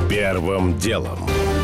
Первым делом.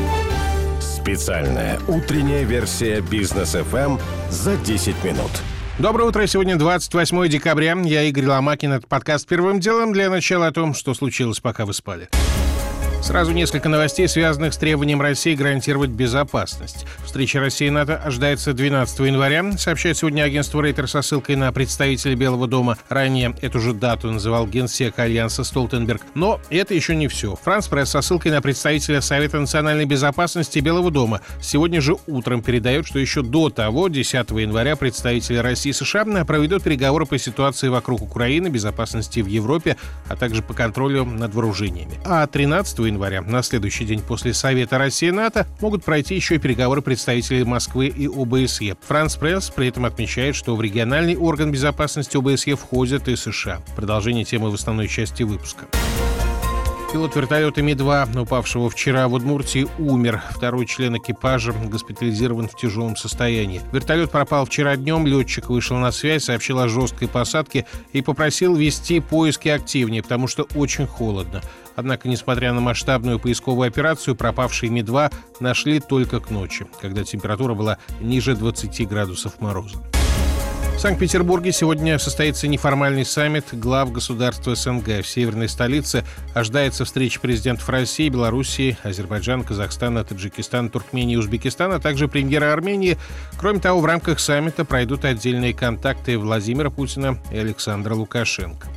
Специальная утренняя версия Бизнес ФМ за 10 минут. Доброе утро. Сегодня 28 декабря. Я Игорь Ломакин. Это подкаст «Первым делом». Для начала о том, что случилось, пока вы спали. Сразу несколько новостей, связанных с требованием России гарантировать безопасность. Встреча России и НАТО ожидается 12 января, сообщает сегодня агентство Рейтер со ссылкой на представителя Белого дома. Ранее эту же дату называл генсек Альянса Столтенберг. Но это еще не все. Франс Пресс со ссылкой на представителя Совета национальной безопасности Белого дома сегодня же утром передает, что еще до того, 10 января, представители России и США проведут переговоры по ситуации вокруг Украины, безопасности в Европе, а также по контролю над вооружениями. А 13 января, на следующий день после Совета России и НАТО, могут пройти еще и переговоры представителей Москвы и ОБСЕ. Франс Пресс при этом отмечает, что в региональный орган безопасности ОБСЕ входят и США. Продолжение темы в основной части выпуска. Пилот вертолета Ми-2, упавшего вчера в Удмуртии, умер. Второй член экипажа госпитализирован в тяжелом состоянии. Вертолет пропал вчера днем, летчик вышел на связь, сообщил о жесткой посадке и попросил вести поиски активнее, потому что очень холодно. Однако, несмотря на масштабную поисковую операцию, пропавший Ми-2 нашли только к ночи, когда температура была ниже 20 градусов мороза. В Санкт-Петербурге сегодня состоится неформальный саммит глав государств СНГ. В северной столице ожидается встреча президентов России, Белоруссии, Азербайджана, Казахстана, Таджикистана, Туркмении и Узбекистана, а также премьера Армении. Кроме того, в рамках саммита пройдут отдельные контакты Владимира Путина и Александра Лукашенко.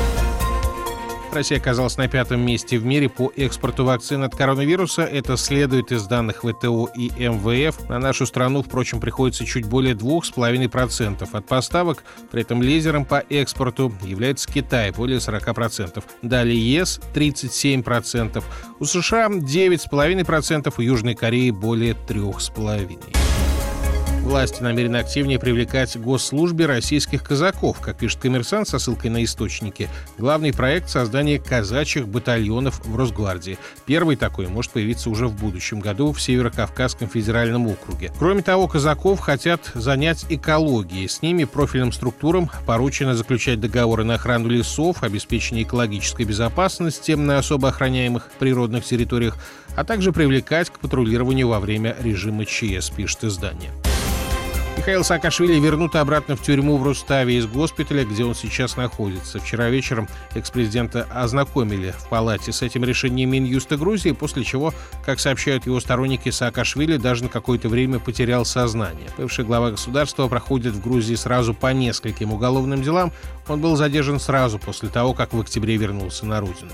Россия оказалась на 5-м месте в мире по экспорту вакцин от коронавируса. Это следует из данных ВТО и МВФ. На нашу страну, впрочем, приходится чуть более 2,5% от поставок. При этом лидером по экспорту является Китай, более 40%. Далее ЕС – 37%. У США – 9,5%, у Южной Кореи – более 3,5%. Власти намерены активнее привлекать к госслужбе российских казаков. Как пишет «Коммерсант» со ссылкой на источники, главный проект — создание казачьих батальонов в Росгвардии. Первый такой может появиться уже в будущем году в Северо-Кавказском федеральном округе. Кроме того, казаков хотят занять экологией. С ними профильным структурам поручено заключать договоры на охрану лесов, обеспечение экологической безопасности на особо охраняемых природных территориях, а также привлекать к патрулированию во время режима ЧС, пишет издание. Михаила Саакашвили вернут обратно в тюрьму в Руставе из госпиталя, где он сейчас находится. Вчера вечером экс-президента ознакомили в палате с этим решением Минюста Грузии, после чего, как сообщают его сторонники, Саакашвили даже на какое-то время потерял сознание. Бывший глава государства проходит в Грузии сразу по нескольким уголовным делам. Он был задержан сразу после того, как в октябре вернулся на родину.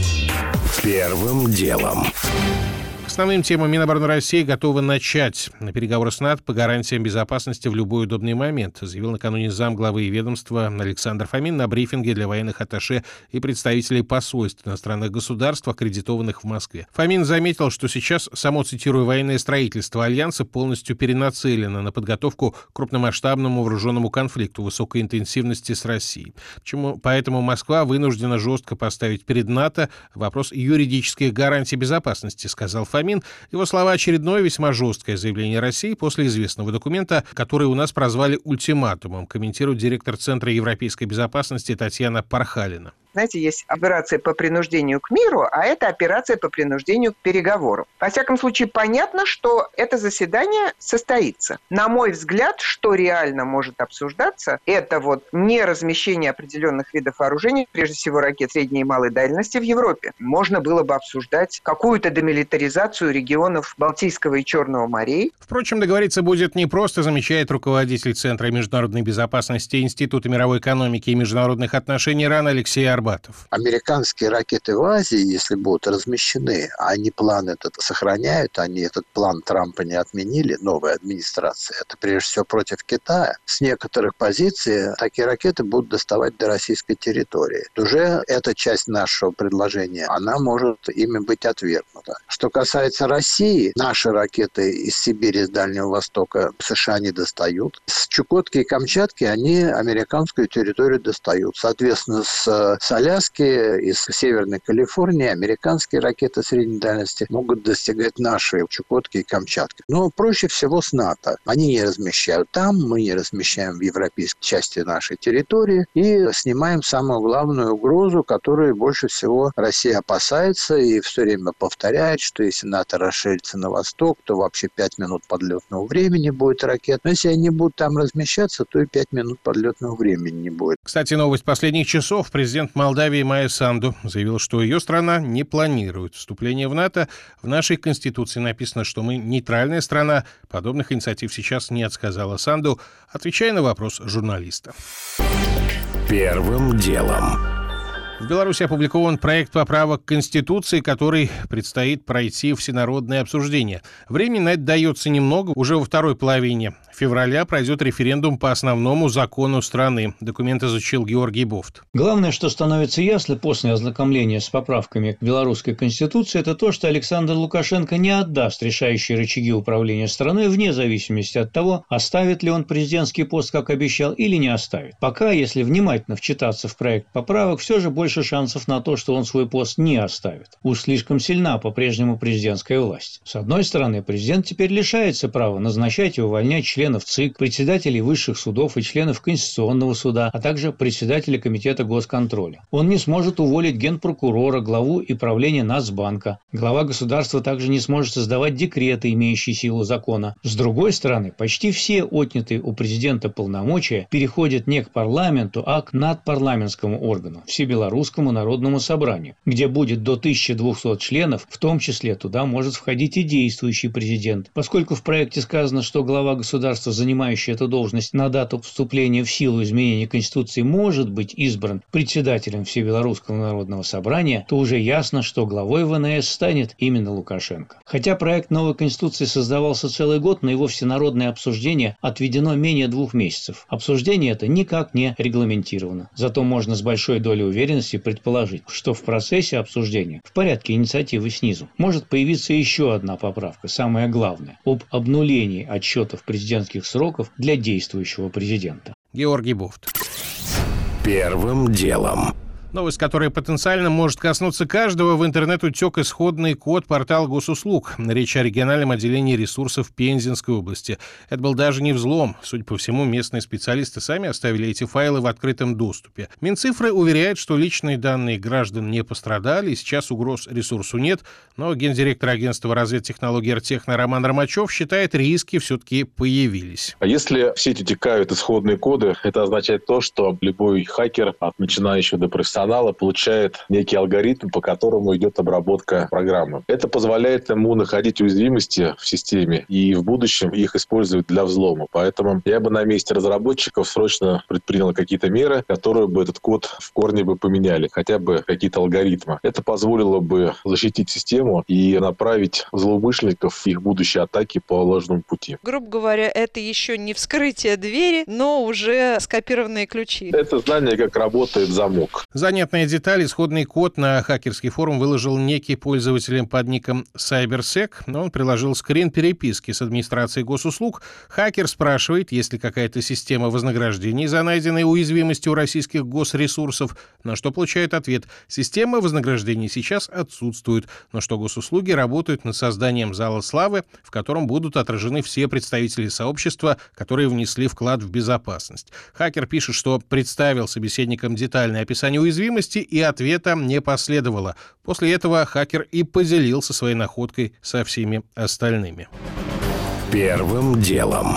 Первым делом. Основным темам Минобороны России готовы начать переговоры с НАТО по гарантиям безопасности в любой удобный момент, заявил накануне замглавы ведомства Александр Фомин на брифинге для военных атташе и представителей посольств иностранных государств, аккредитованных в Москве. Фомин заметил, что сейчас само, цитирую, военное строительство Альянса полностью перенацелено на подготовку к крупномасштабному вооруженному конфликту высокой интенсивности с Россией. Поэтому Москва вынуждена жестко поставить перед НАТО вопрос юридических гарантий безопасности, сказал Фомин. Его слова — очередное весьма жесткое заявление России после известного документа, который у нас прозвали ультиматумом, комментирует директор Центра европейской безопасности Татьяна Пархалина. Знаете, есть операция по принуждению к миру, а это операция по принуждению к переговорам. Во всяком случае, понятно, что это заседание состоится. На мой взгляд, что реально может обсуждаться, это не размещение определенных видов вооружений, прежде всего ракет средней и малой дальности в Европе. Можно было бы обсуждать какую-то демилитаризацию регионов Балтийского и Черного морей. Впрочем, договориться будет непросто, замечает руководитель Центра международной безопасности Института мировой экономики и международных отношений РАН Алексей Арбатов. Американские ракеты в Азии, если будут размещены, они план этот сохраняют, они этот план Трампа не отменили, новая администрация. Это прежде всего против Китая. С некоторых позиций такие ракеты будут доставать до российской территории. Уже эта часть нашего предложения, она может ими быть отвергнута. Что касается России, наши ракеты из Сибири, из Дальнего Востока США не достают. С Чукотки и Камчатки они американскую территорию достают. Соответственно, с Аляски, из Северной Калифорнии американские ракеты средней дальности могут достигать нашей Чукотки и Камчатки. Но проще всего с НАТО. Они не размещают там, мы не размещаем в европейской части нашей территории и снимаем самую главную угрозу, которую больше всего Россия опасается и все время повторяет, что если НАТО расширится на восток, то вообще 5 минут подлетного времени будет ракет. Но если они будут там размещаться, то и 5 минут подлетного времени не будет. Кстати, новость последних часов. Президент Молдавии Майя Санду заявил, что ее страна не планирует вступление в НАТО. В нашей Конституции написано, что мы нейтральная страна. Подобных инициатив сейчас нет, сказала Санду, отвечая на вопрос журналиста. Первым делом. В Беларуси опубликован проект поправок к Конституции, который предстоит пройти всенародное обсуждение. Времени на это дается немного. Уже во второй половине февраля пройдет референдум по основному закону страны. Документ изучил Георгий Бофт. Главное, что становится ясно после ознакомления с поправками к белорусской Конституции, это то, что Александр Лукашенко не отдаст решающие рычаги управления страной вне зависимости от того, оставит ли он президентский пост, как обещал, или не оставит. Пока, если внимательно вчитаться в проект поправок, все же больше шансов на то, что он свой пост не оставит. Уж слишком сильна по-прежнему президентская власть. С одной стороны, президент теперь лишается права назначать и увольнять членов ЦИК, председателей высших судов и членов Конституционного суда, а также председателя Комитета госконтроля. Он не сможет уволить генпрокурора, главу и правления Нацбанка. Глава государства также не сможет создавать декреты, имеющие силу закона. С другой стороны, почти все отнятые у президента полномочия переходят не к парламенту, а к надпарламентскому органу, Всебелорусскому народному собранию, где будет до 1200 членов, в том числе туда может входить и действующий президент. Поскольку в проекте сказано, что глава государства, занимающий эту должность на дату вступления в силу изменения Конституции, может быть избран председателем Всебелорусского народного собрания, то уже ясно, что главой ВНС станет именно Лукашенко. Хотя проект новой Конституции создавался целый год, на его всенародное обсуждение отведено менее 2 месяцев. Обсуждение это никак не регламентировано. Зато можно с большой долей уверенности предположить, что в процессе обсуждения, в порядке инициативы снизу, может появиться еще одна поправка, самая главная, об обнулении отчетов президентских сроков для действующего президента. Георгий Бофт. Первым делом. Новость, которая потенциально может коснуться каждого. В интернет утек исходный код портала госуслуг. Речь о региональном отделении ресурсов Пензенской области. Это был даже не взлом. Судя по всему, местные специалисты сами оставили эти файлы в открытом доступе. Минцифры уверяют, что личные данные граждан не пострадали, и сейчас угроз ресурсу нет. Но гендиректор агентства разведтехнологий РТехно Роман Ромачев считает, риски все-таки появились. А если в сеть утекают исходные коды, это означает то, что любой хакер, от начинающего до профессионала, получает некий алгоритм, по которому идет обработка программы. Это позволяет ему находить уязвимости в системе и в будущем их использовать для взлома. Поэтому я бы на месте разработчиков срочно предпринял какие-то меры, которые бы этот код в корне бы поменяли, хотя бы какие-то алгоритмы. Это позволило бы защитить систему и направить злоумышленников в их будущие атаки по ложному пути. Грубо говоря, это еще не вскрытие двери, но уже скопированные ключи. Это знание, как работает замок. Занятная деталь. Исходный код на хакерский форум выложил некий пользователь под ником CyberSec, но он приложил скрин переписки с администрацией госуслуг. Хакер спрашивает, есть ли какая-то система вознаграждений за найденные уязвимости у российских госресурсов, на что получает ответ: система вознаграждений сейчас отсутствует, но что госуслуги работают над созданием зала славы, в котором будут отражены все представители сообщества, которые внесли вклад в безопасность. Хакер пишет, что представил собеседникам детальное описание уязвимости, и ответа не последовало. После этого хакер и поделился своей находкой со всеми остальными. Первым делом.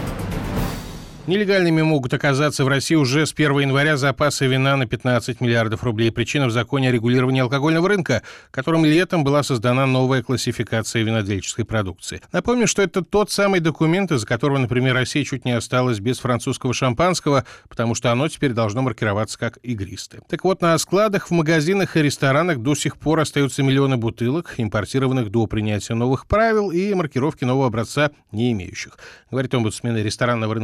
Нелегальными могут оказаться в России уже с 1 января запасы вина на 15 миллиардов рублей. Причина в законе о регулировании алкогольного рынка, которым летом была создана новая классификация винодельческой продукции. Напомню, что это тот самый документ, из-за которого, например, Россия чуть не осталась без французского шампанского, потому что оно теперь должно маркироваться как игристое. Так вот, на складах, в магазинах и ресторанах до сих пор остаются миллионы бутылок, импортированных до принятия новых правил и маркировки нового образца не имеющих. Говорит омбудсмен ресторанного рынка Москвы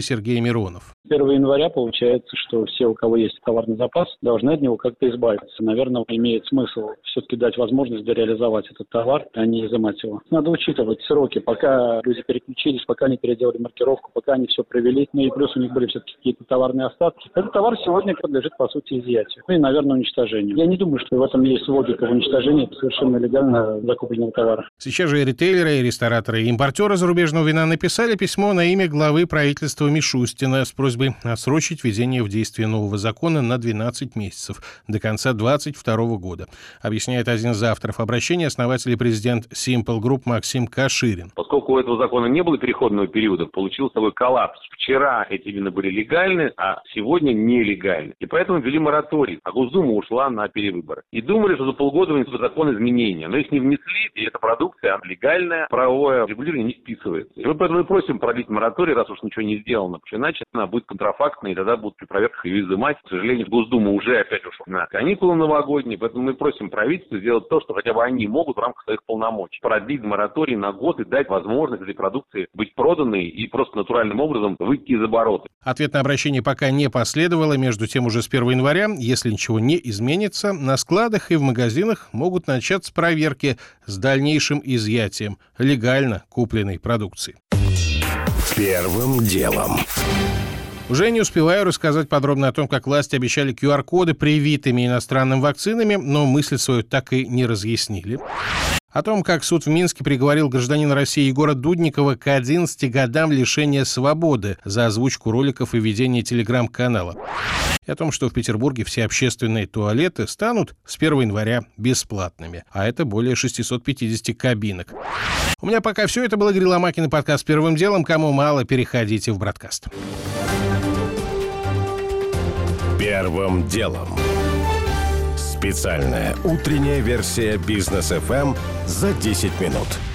Сергей Миронов. 1 января получается, что все, у кого есть товарный запас, должны от него как-то избавиться. Наверное, имеет смысл все-таки дать возможность реализовать этот товар, а не изымать его. Надо учитывать сроки, пока люди переключились, пока они переделали маркировку, пока они все провели. Ну и плюс у них были все-таки какие-то товарные остатки. Этот товар сегодня подлежит, по сути, изъятию. Ну и, наверное, уничтожению. Я не думаю, что в этом есть логика в уничтожении совершенно легально закупленного товара. Сейчас же и ритейлеры, и рестораторы, и импортеры зарубежного вина написали письмо на имя главы правительства Мишустина с просьбой отсрочить введение в действие нового закона на 12 месяцев, до конца 2022 года, объясняет один из авторов обращения, основатель и президент Simple Group Максим Каширин. Поскольку у этого закона не было переходного периода, получился такой коллапс. Вчера эти вина были легальны, а сегодня нелегальны. И поэтому ввели мораторий, а Госдума ушла на перевыборы. И думали, что за полгода внесут закон изменения, но их не внесли, и эта продукция легальная, правовое регулирование не вписывается. И мы поэтому и просим продлить мораторий, раз уж ничего не сделано, потому что иначе она будет контрафактной, и тогда будут при проверках ее изымать. К сожалению, Госдума уже опять ушла на каникулы новогодние, поэтому мы просим правительство сделать то, что хотя бы они могут в рамках своих полномочий. Продлить мораторий на год и дать возможность этой продукции быть проданной и просто натуральным образом выйти из оборота. Ответ на обращение пока не последовало. Между тем, уже с 1 января, если ничего не изменится, на складах и в магазинах могут начаться проверки с дальнейшим изъятием легально купленной продукции. Первым делом. Уже не успеваю рассказать подробно о том, как власти обещали QR-коды привитыми иностранными вакцинами, но мысль свою так и не разъяснили. О том, как суд в Минске приговорил гражданина России Егора Дудникова к 11 годам лишения свободы за озвучку роликов и ведение телеграм-канала. И о том, что в Петербурге все общественные туалеты станут с 1 января бесплатными. А это более 650 кабинок. У меня пока все. Это был Игорь Ломакин и подкаст «Первым делом». Кому мало, переходите в Бродкаст. Первым делом. Специальная утренняя версия Бизнес ФМ за 10 минут.